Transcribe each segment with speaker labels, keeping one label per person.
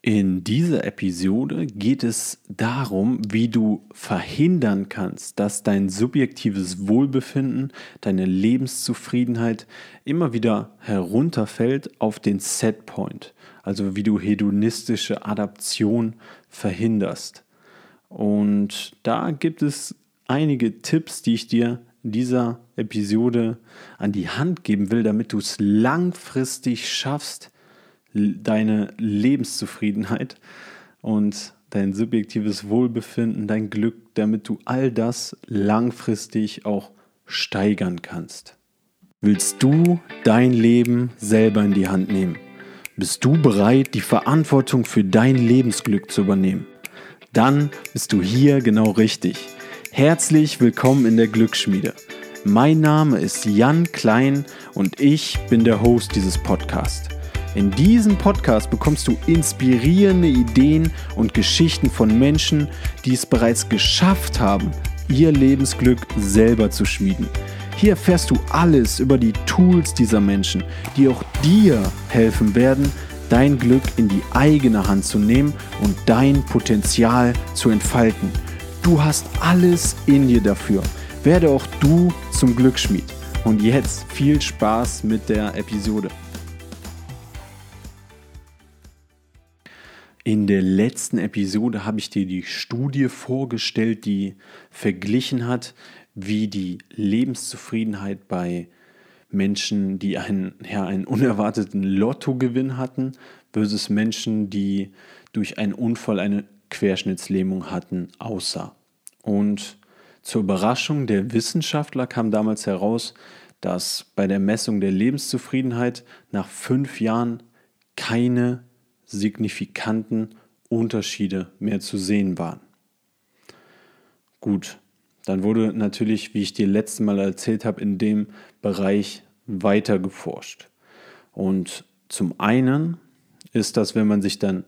Speaker 1: In dieser Episode geht es darum, wie du verhindern kannst, dass dein subjektives Wohlbefinden, deine Lebenszufriedenheit immer wieder herunterfällt auf den Setpoint. Also wie du hedonistische Adaption verhinderst. Und da gibt es einige Tipps, die ich dir in dieser Episode an die Hand geben will, damit du es langfristig schaffst, deine Lebenszufriedenheit und dein subjektives Wohlbefinden, dein Glück, damit du all das langfristig auch steigern kannst. Willst du dein Leben selber in die Hand nehmen? Bist du bereit, die Verantwortung für dein Lebensglück zu übernehmen? Dann bist du hier genau richtig. Herzlich willkommen in der Glücksschmiede. Mein Name ist Jan Klein und ich bin der Host dieses Podcasts. In diesem Podcast bekommst du inspirierende Ideen und Geschichten von Menschen, die es bereits geschafft haben, ihr Lebensglück selber zu schmieden. Hier erfährst du alles über die Tools dieser Menschen, die auch dir helfen werden, dein Glück in die eigene Hand zu nehmen und dein Potenzial zu entfalten. Du hast alles in dir dafür. Werde auch du zum Glücksschmied. Und jetzt viel Spaß mit der Episode. In der letzten Episode habe ich dir die Studie vorgestellt, die verglichen hat, wie die Lebenszufriedenheit bei Menschen, die einen unerwarteten Lottogewinn hatten, versus Menschen, die durch einen Unfall eine Querschnittslähmung hatten, aussah. Und zur Überraschung der Wissenschaftler kam damals heraus, dass bei der Messung der Lebenszufriedenheit nach 5 Jahren keine signifikanten Unterschiede mehr zu sehen waren. Gut, dann wurde natürlich, wie ich dir letztes Mal erzählt habe, in dem Bereich weiter geforscht. Und zum einen ist das, wenn man sich dann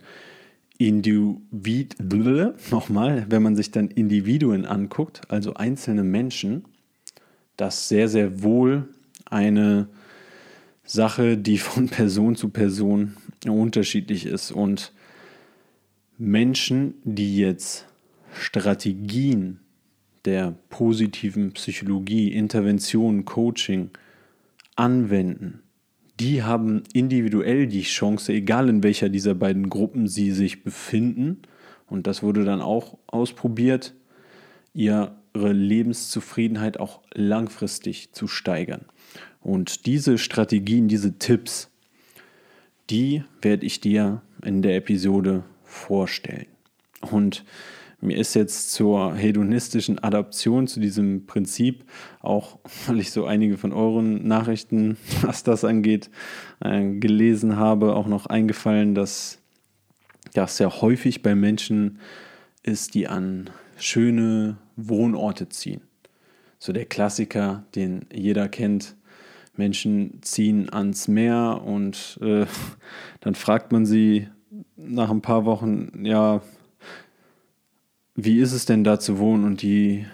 Speaker 1: Individuen anguckt, also einzelne Menschen, das sehr, sehr wohl eine Sache, die von Person zu Person unterschiedlich ist. Und Menschen, die jetzt Strategien der positiven Psychologie, Intervention, Coaching anwenden, die haben individuell die Chance, egal in welcher dieser beiden Gruppen sie sich befinden, und das wurde dann auch ausprobiert, ihre Lebenszufriedenheit auch langfristig zu steigern. Und diese Strategien, diese Tipps, die werde ich dir in der Episode vorstellen. Und mir ist jetzt zur hedonistischen Adaption, zu diesem Prinzip, auch weil ich so einige von euren Nachrichten, was das angeht, gelesen habe, auch noch eingefallen, dass das sehr häufig bei Menschen ist, die an schöne Wohnorte ziehen. So der Klassiker, den jeder kennt. Menschen ziehen ans Meer und dann fragt man sie nach ein paar Wochen, ja, wie ist es denn da zu wohnen? Und die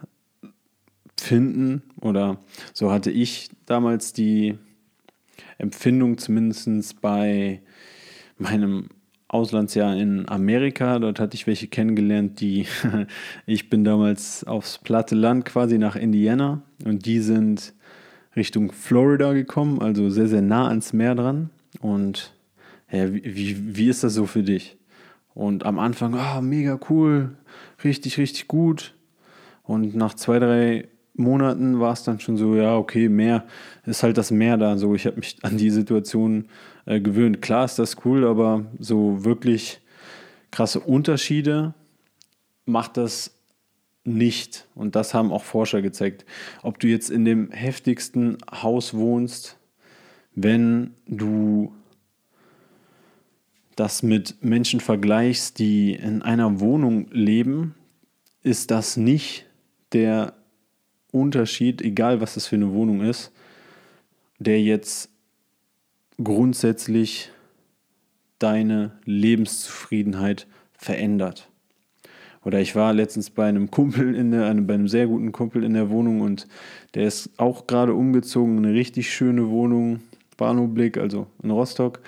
Speaker 1: finden, oder so hatte ich damals die Empfindung, zumindest bei meinem Auslandsjahr in Amerika, dort hatte ich welche kennengelernt, ich bin damals aufs platte Land quasi nach Indiana und die sind Richtung Florida gekommen, also sehr, sehr nah ans Meer dran. Und ja, wie ist das so für dich? Und am Anfang, mega cool, richtig, richtig gut. Und nach 2-3 Monaten war es dann schon so, ja, okay, Meer ist halt das Meer da. So, ich habe mich an die Situation gewöhnt. Klar ist das cool, aber so wirklich krasse Unterschiede macht das nicht. Und das haben auch Forscher gezeigt. Ob du jetzt in dem heftigsten Haus wohnst, wenn du das mit Menschen vergleichst, die in einer Wohnung leben, ist das nicht der Unterschied, egal was das für eine Wohnung ist, der jetzt grundsätzlich deine Lebenszufriedenheit verändert. Oder ich war letztens bei einem Kumpel bei einem sehr guten Kumpel in der Wohnung und der ist auch gerade umgezogen, eine richtig schöne Wohnung, Bahnhofblick, also in Rostock.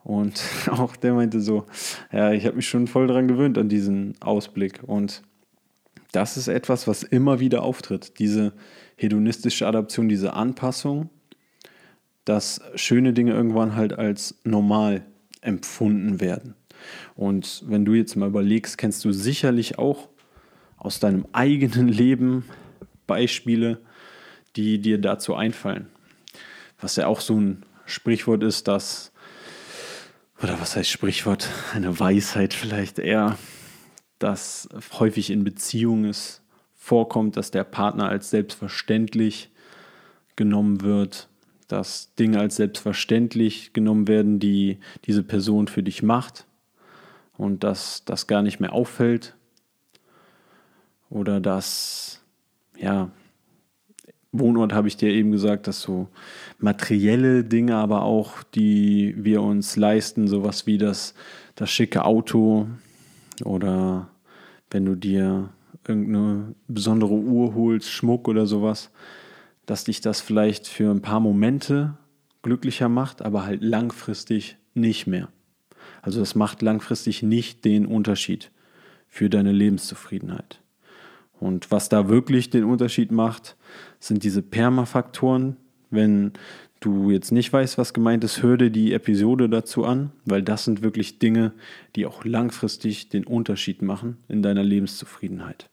Speaker 1: Und auch der meinte so, ja, ich habe mich schon voll dran gewöhnt an diesen Ausblick. Und das ist etwas, was immer wieder auftritt. Diese hedonistische Adaption, diese Anpassung, dass schöne Dinge irgendwann halt als normal empfunden werden. Und wenn du jetzt mal überlegst, kennst du sicherlich auch aus deinem eigenen Leben Beispiele, die dir dazu einfallen. Was ja auch so ein Sprichwort ist, oder was heißt Sprichwort? Eine Weisheit vielleicht eher, dass häufig in Beziehungen es vorkommt, dass der Partner als selbstverständlich genommen wird, dass Dinge als selbstverständlich genommen werden, die diese Person für dich macht und dass das gar nicht mehr auffällt oder dass, ja, Wohnort habe ich dir eben gesagt, dass so materielle Dinge, aber auch, die wir uns leisten, sowas wie das schicke Auto oder wenn du dir irgendeine besondere Uhr holst, Schmuck oder sowas, dass dich das vielleicht für ein paar Momente glücklicher macht, aber halt langfristig nicht mehr. Also das macht langfristig nicht den Unterschied für deine Lebenszufriedenheit. Und was da wirklich den Unterschied macht, sind diese Permafaktoren. Wenn du jetzt nicht weißt, was gemeint ist, hör dir die Episode dazu an, weil das sind wirklich Dinge, die auch langfristig den Unterschied machen in deiner Lebenszufriedenheit.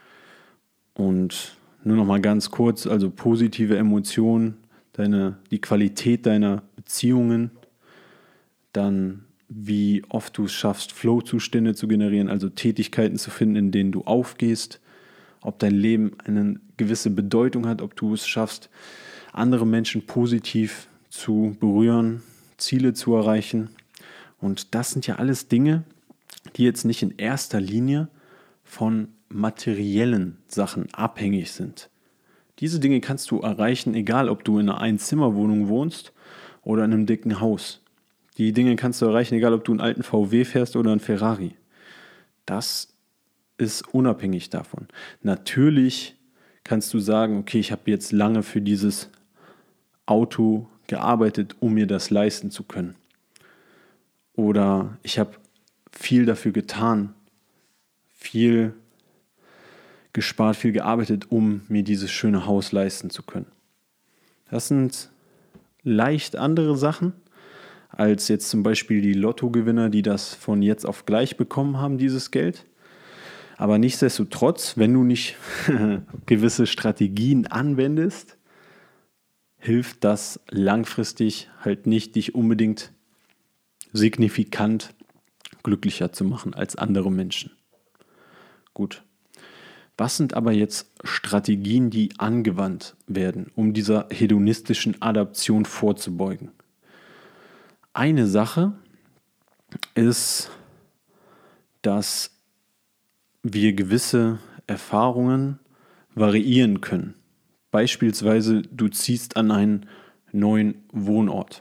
Speaker 1: Und nur noch mal ganz kurz, also positive Emotionen, die Qualität deiner Beziehungen, dann wie oft du es schaffst, Flow-Zustände zu generieren, also Tätigkeiten zu finden, in denen du aufgehst, ob dein Leben eine gewisse Bedeutung hat, ob du es schaffst, andere Menschen positiv zu berühren, Ziele zu erreichen. Und das sind ja alles Dinge, die jetzt nicht in erster Linie von materiellen Sachen abhängig sind. Diese Dinge kannst du erreichen, egal ob du in einer Einzimmerwohnung wohnst oder in einem dicken Haus. Die Dinge kannst du erreichen, egal ob du einen alten VW fährst oder einen Ferrari. Das ist unabhängig davon. Natürlich kannst du sagen, okay, ich habe jetzt lange für dieses Auto gearbeitet, um mir das leisten zu können. Oder ich habe viel dafür getan, viel gespart, viel gearbeitet, um mir dieses schöne Haus leisten zu können. Das sind leicht andere Sachen als jetzt zum Beispiel die Lottogewinner, die das von jetzt auf gleich bekommen haben, dieses Geld. Aber nichtsdestotrotz, wenn du nicht gewisse Strategien anwendest, hilft das langfristig halt nicht, dich unbedingt signifikant glücklicher zu machen als andere Menschen. Gut. Was sind aber jetzt Strategien, die angewandt werden, um dieser hedonistischen Adaption vorzubeugen? Eine Sache ist, dass wir gewisse Erfahrungen variieren können. Beispielsweise, du ziehst an einen neuen Wohnort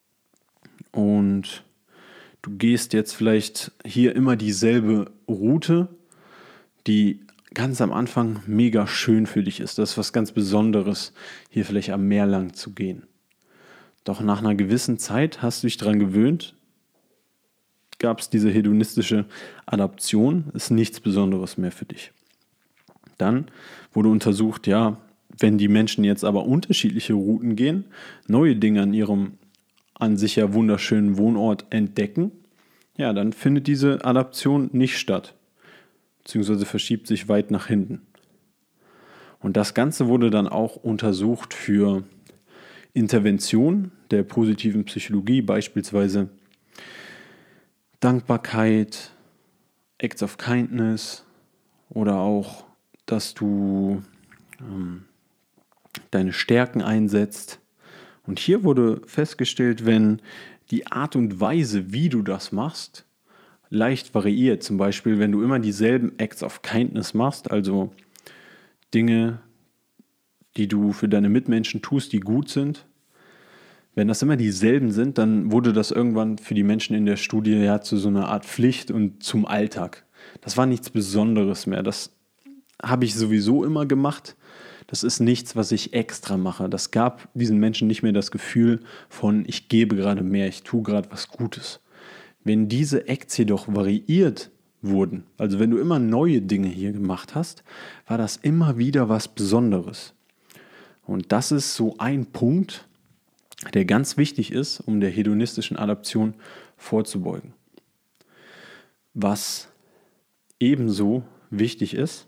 Speaker 1: und du gehst jetzt vielleicht hier immer dieselbe Route, die ganz am Anfang mega schön für dich ist. Das ist was ganz Besonderes, hier vielleicht am Meer lang zu gehen. Doch nach einer gewissen Zeit hast du dich daran gewöhnt, gab es diese hedonistische Adaption, ist nichts Besonderes mehr für dich. Dann wurde untersucht, ja, wenn die Menschen jetzt aber unterschiedliche Routen gehen, neue Dinge an ihrem an sich ja wunderschönen Wohnort entdecken, ja, dann findet diese Adaption nicht statt, beziehungsweise verschiebt sich weit nach hinten. Und das Ganze wurde dann auch untersucht für Intervention der positiven Psychologie, beispielsweise Dankbarkeit, Acts of Kindness oder auch, dass du deine Stärken einsetzt. Und hier wurde festgestellt, wenn die Art und Weise, wie du das machst, leicht variiert, zum Beispiel, wenn du immer dieselben Acts of Kindness machst, also Dinge, die du für deine Mitmenschen tust, die gut sind, wenn das immer dieselben sind, dann wurde das irgendwann für die Menschen in der Studie ja zu so einer Art Pflicht und zum Alltag. Das war nichts Besonderes mehr. Das habe ich sowieso immer gemacht. Das ist nichts, was ich extra mache. Das gab diesen Menschen nicht mehr das Gefühl von, ich gebe gerade mehr, ich tue gerade was Gutes. Wenn diese Acts jedoch variiert wurden, also wenn du immer neue Dinge hier gemacht hast, war das immer wieder was Besonderes. Und das ist so ein Punkt, der ganz wichtig ist, um der hedonistischen Adaption vorzubeugen. Was ebenso wichtig ist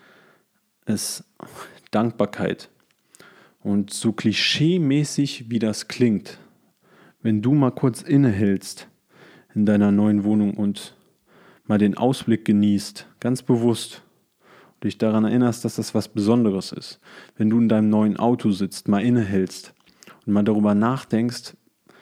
Speaker 1: Dankbarkeit. Und so klischeemäßig wie das klingt, wenn du mal kurz innehältst in deiner neuen Wohnung und mal den Ausblick genießt, ganz bewusst, und dich daran erinnerst, dass das was Besonderes ist. Wenn du in deinem neuen Auto sitzt, mal innehältst und mal darüber nachdenkst,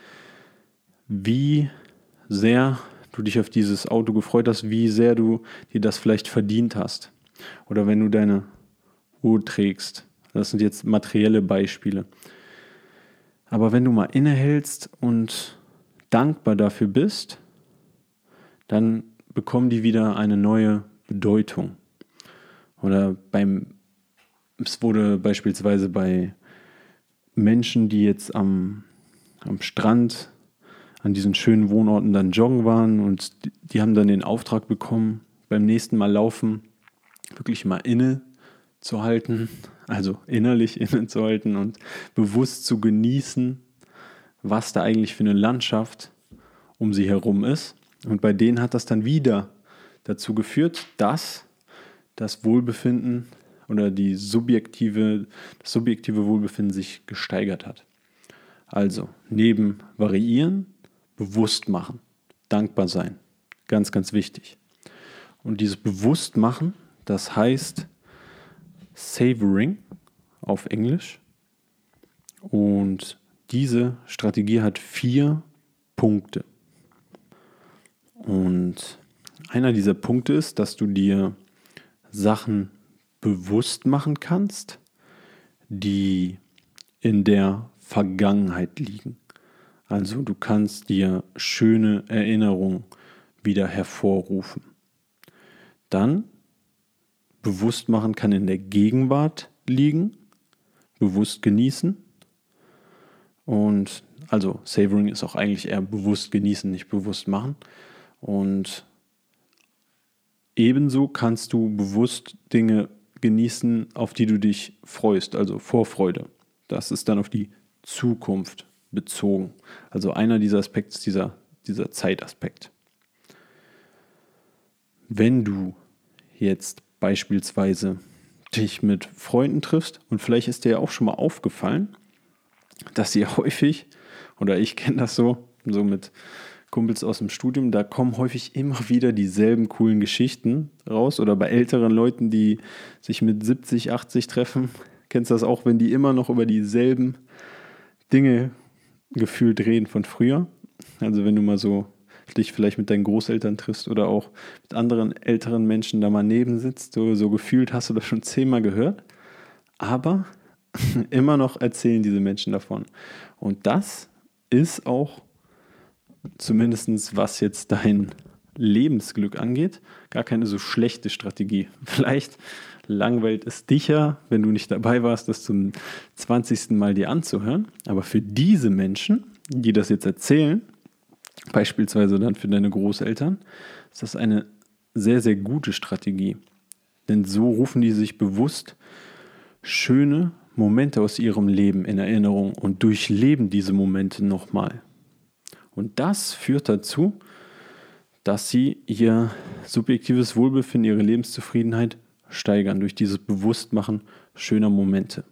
Speaker 1: wie sehr du dich auf dieses Auto gefreut hast, wie sehr du dir das vielleicht verdient hast. Oder wenn du deine Uhr trägst. Das sind jetzt materielle Beispiele. Aber wenn du mal innehältst und dankbar dafür bist, dann bekommen die wieder eine neue Bedeutung. Oder es wurde beispielsweise bei Menschen, die jetzt am Strand an diesen schönen Wohnorten dann joggen waren und die haben dann den Auftrag bekommen, beim nächsten Mal laufen, wirklich mal innezuhalten, also innerlich innezuhalten und bewusst zu genießen, was da eigentlich für eine Landschaft um sie herum ist. Und bei denen hat das dann wieder dazu geführt, dass das Wohlbefinden oder das subjektive Wohlbefinden sich gesteigert hat. Also neben variieren, bewusst machen, dankbar sein. Ganz, ganz wichtig. Und dieses Bewusstmachen, das heißt Savoring auf Englisch. Und diese Strategie hat 4 Punkte. Und einer dieser Punkte ist, dass du dir Sachen bewusst machen kannst, die in der Vergangenheit liegen. Also du kannst dir schöne Erinnerungen wieder hervorrufen. Dann bewusst machen kann in der Gegenwart liegen, bewusst genießen. Und also Savoring ist auch eigentlich eher bewusst genießen, nicht bewusst machen. Und ebenso kannst du bewusst Dinge genießen, auf die du dich freust, also Vorfreude. Das ist dann auf die Zukunft bezogen. Also einer dieser Aspekte ist dieser Zeitaspekt. Wenn du jetzt beispielsweise dich mit Freunden triffst und vielleicht ist dir ja auch schon mal aufgefallen, dass ihr häufig, oder ich kenne das so mit Kumpels aus dem Studium, da kommen häufig immer wieder dieselben coolen Geschichten raus oder bei älteren Leuten, die sich mit 70, 80 treffen, kennst du das auch, wenn die immer noch über dieselben Dinge gefühlt reden von früher. Also wenn du mal so dich vielleicht mit deinen Großeltern triffst oder auch mit anderen älteren Menschen da mal neben sitzt, so gefühlt hast du das schon 10-mal gehört, aber immer noch erzählen diese Menschen davon. Und das ist auch, zumindest was jetzt dein Lebensglück angeht, gar keine so schlechte Strategie. Vielleicht langweilt es dich ja, wenn du nicht dabei warst, das zum 20. Mal dir anzuhören. Aber für diese Menschen, die das jetzt erzählen, beispielsweise dann für deine Großeltern, ist das eine sehr, sehr gute Strategie. Denn so rufen die sich bewusst schöne Momente aus ihrem Leben in Erinnerung und durchleben diese Momente nochmal. Und das führt dazu, dass sie ihr subjektives Wohlbefinden, ihre Lebenszufriedenheit steigern durch dieses Bewusstmachen schöner Momente.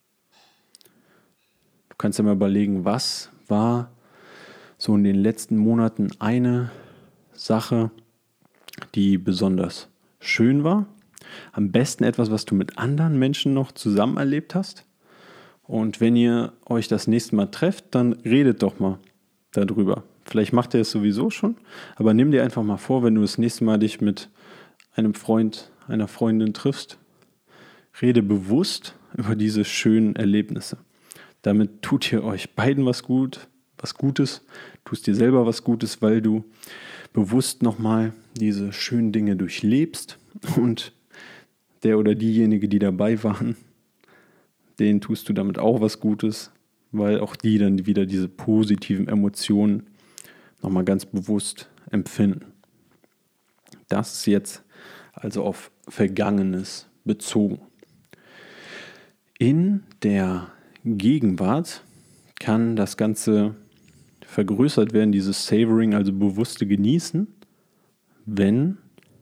Speaker 1: Du kannst ja mal überlegen, was war so in den letzten Monaten eine Sache, die besonders schön war. Am besten etwas, was du mit anderen Menschen noch zusammen erlebt hast. Und wenn ihr euch das nächste Mal trefft, dann redet doch mal darüber. Vielleicht macht ihr es sowieso schon, aber nimm dir einfach mal vor, wenn du das nächste Mal dich mit einem Freund, einer Freundin triffst, rede bewusst über diese schönen Erlebnisse. Damit tut ihr euch beiden was Gutes, tust dir selber was Gutes, weil du bewusst nochmal diese schönen Dinge durchlebst und der oder diejenige, die dabei waren, denen tust du damit auch was Gutes, weil auch die dann wieder diese positiven Emotionen nochmal ganz bewusst empfinden. Das ist jetzt also auf Vergangenes bezogen. In der Gegenwart kann das Ganze vergrößert werden, dieses Savoring, also bewusste Genießen, wenn,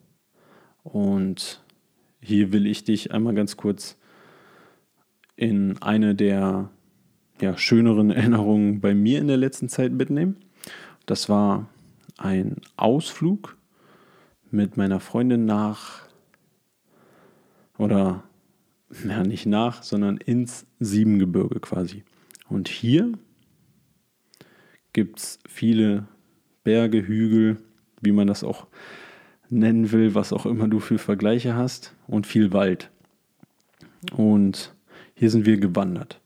Speaker 1: und hier will ich dich einmal ganz kurz in eine der schöneren Erinnerungen bei mir in der letzten Zeit mitnehmen. Das war ein Ausflug mit meiner Freundin sondern ins Siebengebirge quasi. Und hier gibt es viele Berge, Hügel, wie man das auch nennen will, was auch immer du für Vergleiche hast, und viel Wald. Und hier sind wir gewandert.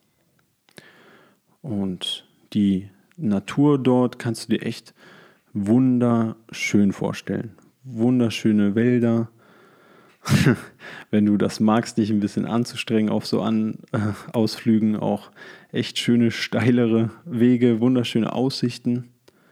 Speaker 1: Und die Natur dort kannst du dir echt wunderschön vorstellen. Wunderschöne Wälder. Wenn du das magst, dich ein bisschen anzustrengen auf so Ausflügen, auch echt schöne, steilere Wege, wunderschöne Aussichten.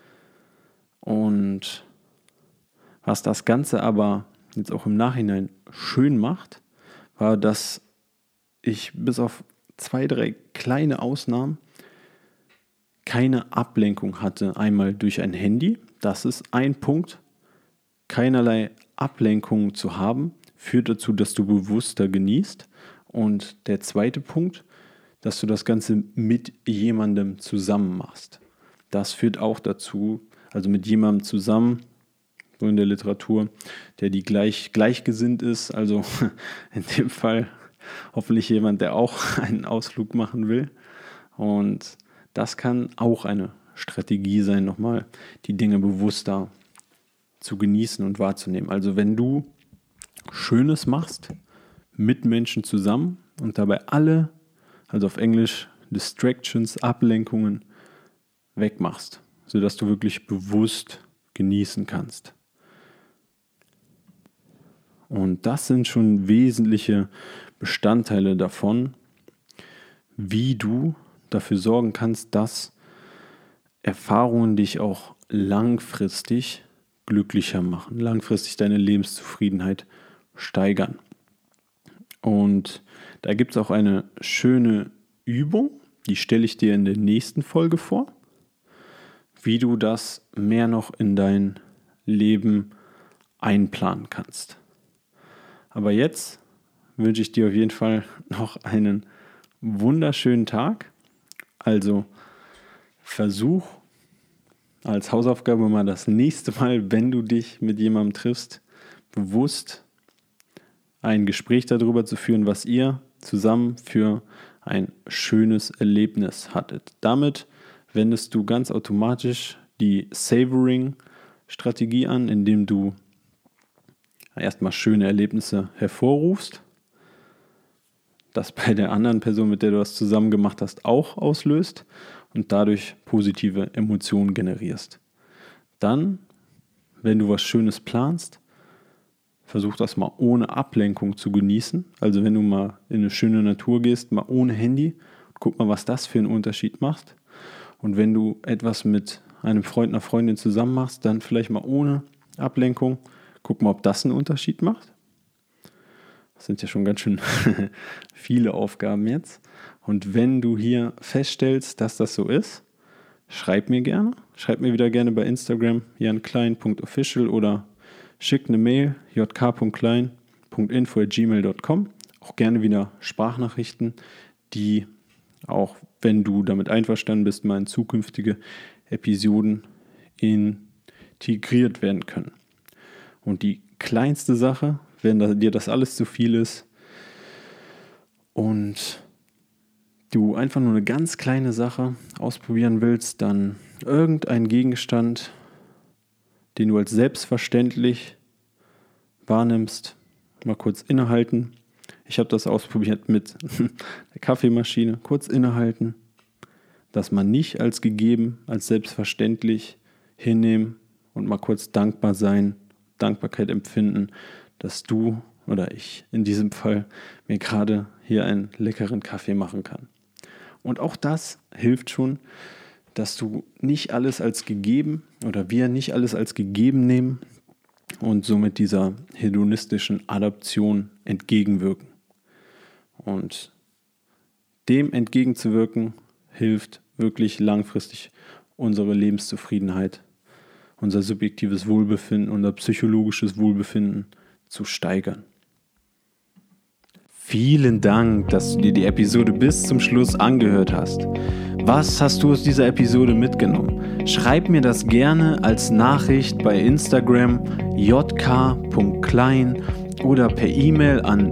Speaker 1: Und was das Ganze aber jetzt auch im Nachhinein schön macht, war, dass ich bis auf 2, 3 kleine Ausnahmen keine Ablenkung hatte. Einmal durch ein Handy, das ist ein Punkt. Keinerlei Ablenkung zu haben, führt dazu, dass du bewusster genießt. Und der zweite Punkt, dass du das Ganze mit jemandem zusammen machst. Das führt auch dazu, also mit jemandem zusammen, so in der Literatur, der die gleichgesinnt ist, also in dem Fall hoffentlich jemand, der auch einen Ausflug machen will. Und das kann auch eine Strategie sein, nochmal die Dinge bewusster zu genießen und wahrzunehmen. Also wenn du Schönes machst, mit Menschen zusammen und dabei alle, also auf Englisch Distractions, Ablenkungen wegmachst, sodass du wirklich bewusst genießen kannst. Und das sind schon wesentliche Bestandteile davon, wie du dafür sorgen kannst, dass Erfahrungen dich auch langfristig glücklicher machen, langfristig deine Lebenszufriedenheit steigern. Und da gibt es auch eine schöne Übung, die stelle ich dir in der nächsten Folge vor, wie du das mehr noch in dein Leben einplanen kannst. Aber jetzt wünsche ich dir auf jeden Fall noch einen wunderschönen Tag. Also versuch als Hausaufgabe mal das nächste Mal, wenn du dich mit jemandem triffst, bewusst ein Gespräch darüber zu führen, was ihr zusammen für ein schönes Erlebnis hattet. Damit wendest du ganz automatisch die Savoring-Strategie an, indem du erstmal schöne Erlebnisse hervorrufst, das bei der anderen Person, mit der du das zusammen gemacht hast, auch auslöst und dadurch positive Emotionen generierst. Dann, wenn du was Schönes planst, versuch das mal ohne Ablenkung zu genießen. Also wenn du mal in eine schöne Natur gehst, mal ohne Handy, guck mal, was das für einen Unterschied macht. Und wenn du etwas mit einem Freund, einer Freundin zusammen machst, dann vielleicht mal ohne Ablenkung. Guck mal, ob das einen Unterschied macht. Das sind ja schon ganz schön viele Aufgaben jetzt. Und wenn du hier feststellst, dass das so ist, schreib mir gerne. Schreib mir wieder gerne bei Instagram janklein.official oder schick eine Mail jk.klein.info@gmail.com. Auch gerne wieder Sprachnachrichten, die auch, wenn du damit einverstanden bist, mal in zukünftige Episoden integriert werden können. Und die kleinste Sache, wenn dir das alles zu viel ist und du einfach nur eine ganz kleine Sache ausprobieren willst, dann irgendein Gegenstand, den du als selbstverständlich wahrnimmst, mal kurz innehalten. Ich habe das ausprobiert mit der Kaffeemaschine. Kurz innehalten, das mal nicht als gegeben, als selbstverständlich hinnehmen und mal kurz dankbar sein, Dankbarkeit empfinden, dass du oder ich in diesem Fall, mir gerade hier einen leckeren Kaffee machen kann. Und auch das hilft schon, dass du nicht alles als gegeben oder wir nicht alles als gegeben nehmen und somit dieser hedonistischen Adaption entgegenwirken. Und dem entgegenzuwirken hilft wirklich langfristig unsere Lebenszufriedenheit, unser subjektives Wohlbefinden, unser psychologisches Wohlbefinden zu steigern. Vielen Dank, dass du dir die Episode bis zum Schluss angehört hast. Was hast du aus dieser Episode mitgenommen? Schreib mir das gerne als Nachricht bei Instagram jk.klein oder per E-Mail an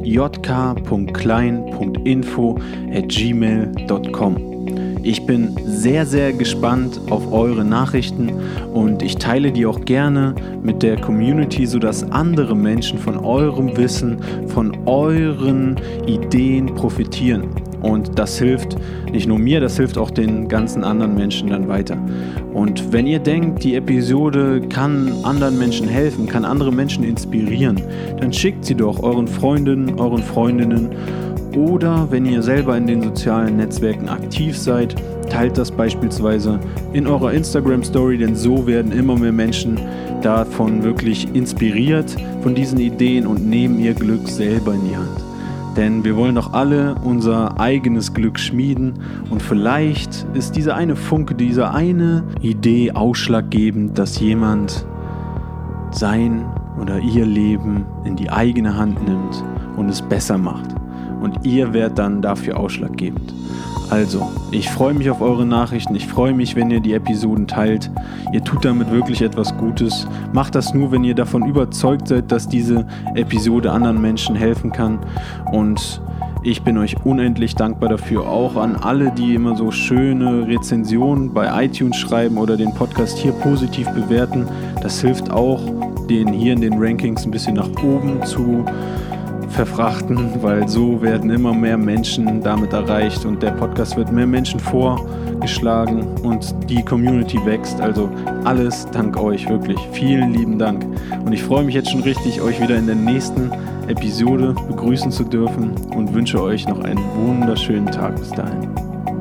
Speaker 1: jk.klein.info@gmail.com. Ich bin sehr, sehr gespannt auf eure Nachrichten und ich teile die auch gerne mit der Community, sodass andere Menschen von eurem Wissen, von euren Ideen profitieren. Und das hilft nicht nur mir, das hilft auch den ganzen anderen Menschen dann weiter. Und wenn ihr denkt, die Episode kann anderen Menschen helfen, kann andere Menschen inspirieren, dann schickt sie doch euren Freundinnen, euren Freundinnen. Oder wenn ihr selber in den sozialen Netzwerken aktiv seid, teilt das beispielsweise in eurer Instagram-Story, denn so werden immer mehr Menschen davon wirklich inspiriert von diesen Ideen und nehmen ihr Glück selber in die Hand. Denn wir wollen doch alle unser eigenes Glück schmieden und vielleicht ist dieser eine Funke, diese eine Idee ausschlaggebend, dass jemand sein oder ihr Leben in die eigene Hand nimmt und es besser macht. Und ihr werdet dann dafür ausschlaggebend. Also, ich freue mich auf eure Nachrichten, ich freue mich, wenn ihr die Episoden teilt. Ihr tut damit wirklich etwas Gutes. Macht das nur, wenn ihr davon überzeugt seid, dass diese Episode anderen Menschen helfen kann. Und ich bin euch unendlich dankbar dafür, auch an alle, die immer so schöne Rezensionen bei iTunes schreiben oder den Podcast hier positiv bewerten. Das hilft auch, den hier in den Rankings ein bisschen nach oben zu verfrachten, weil so werden immer mehr Menschen damit erreicht und der Podcast wird mehr Menschen vorgeschlagen und die Community wächst. Also alles dank euch, wirklich. Vielen lieben Dank. Und ich freue mich jetzt schon richtig, euch wieder in der nächsten Episode begrüßen zu dürfen und wünsche euch noch einen wunderschönen Tag bis dahin.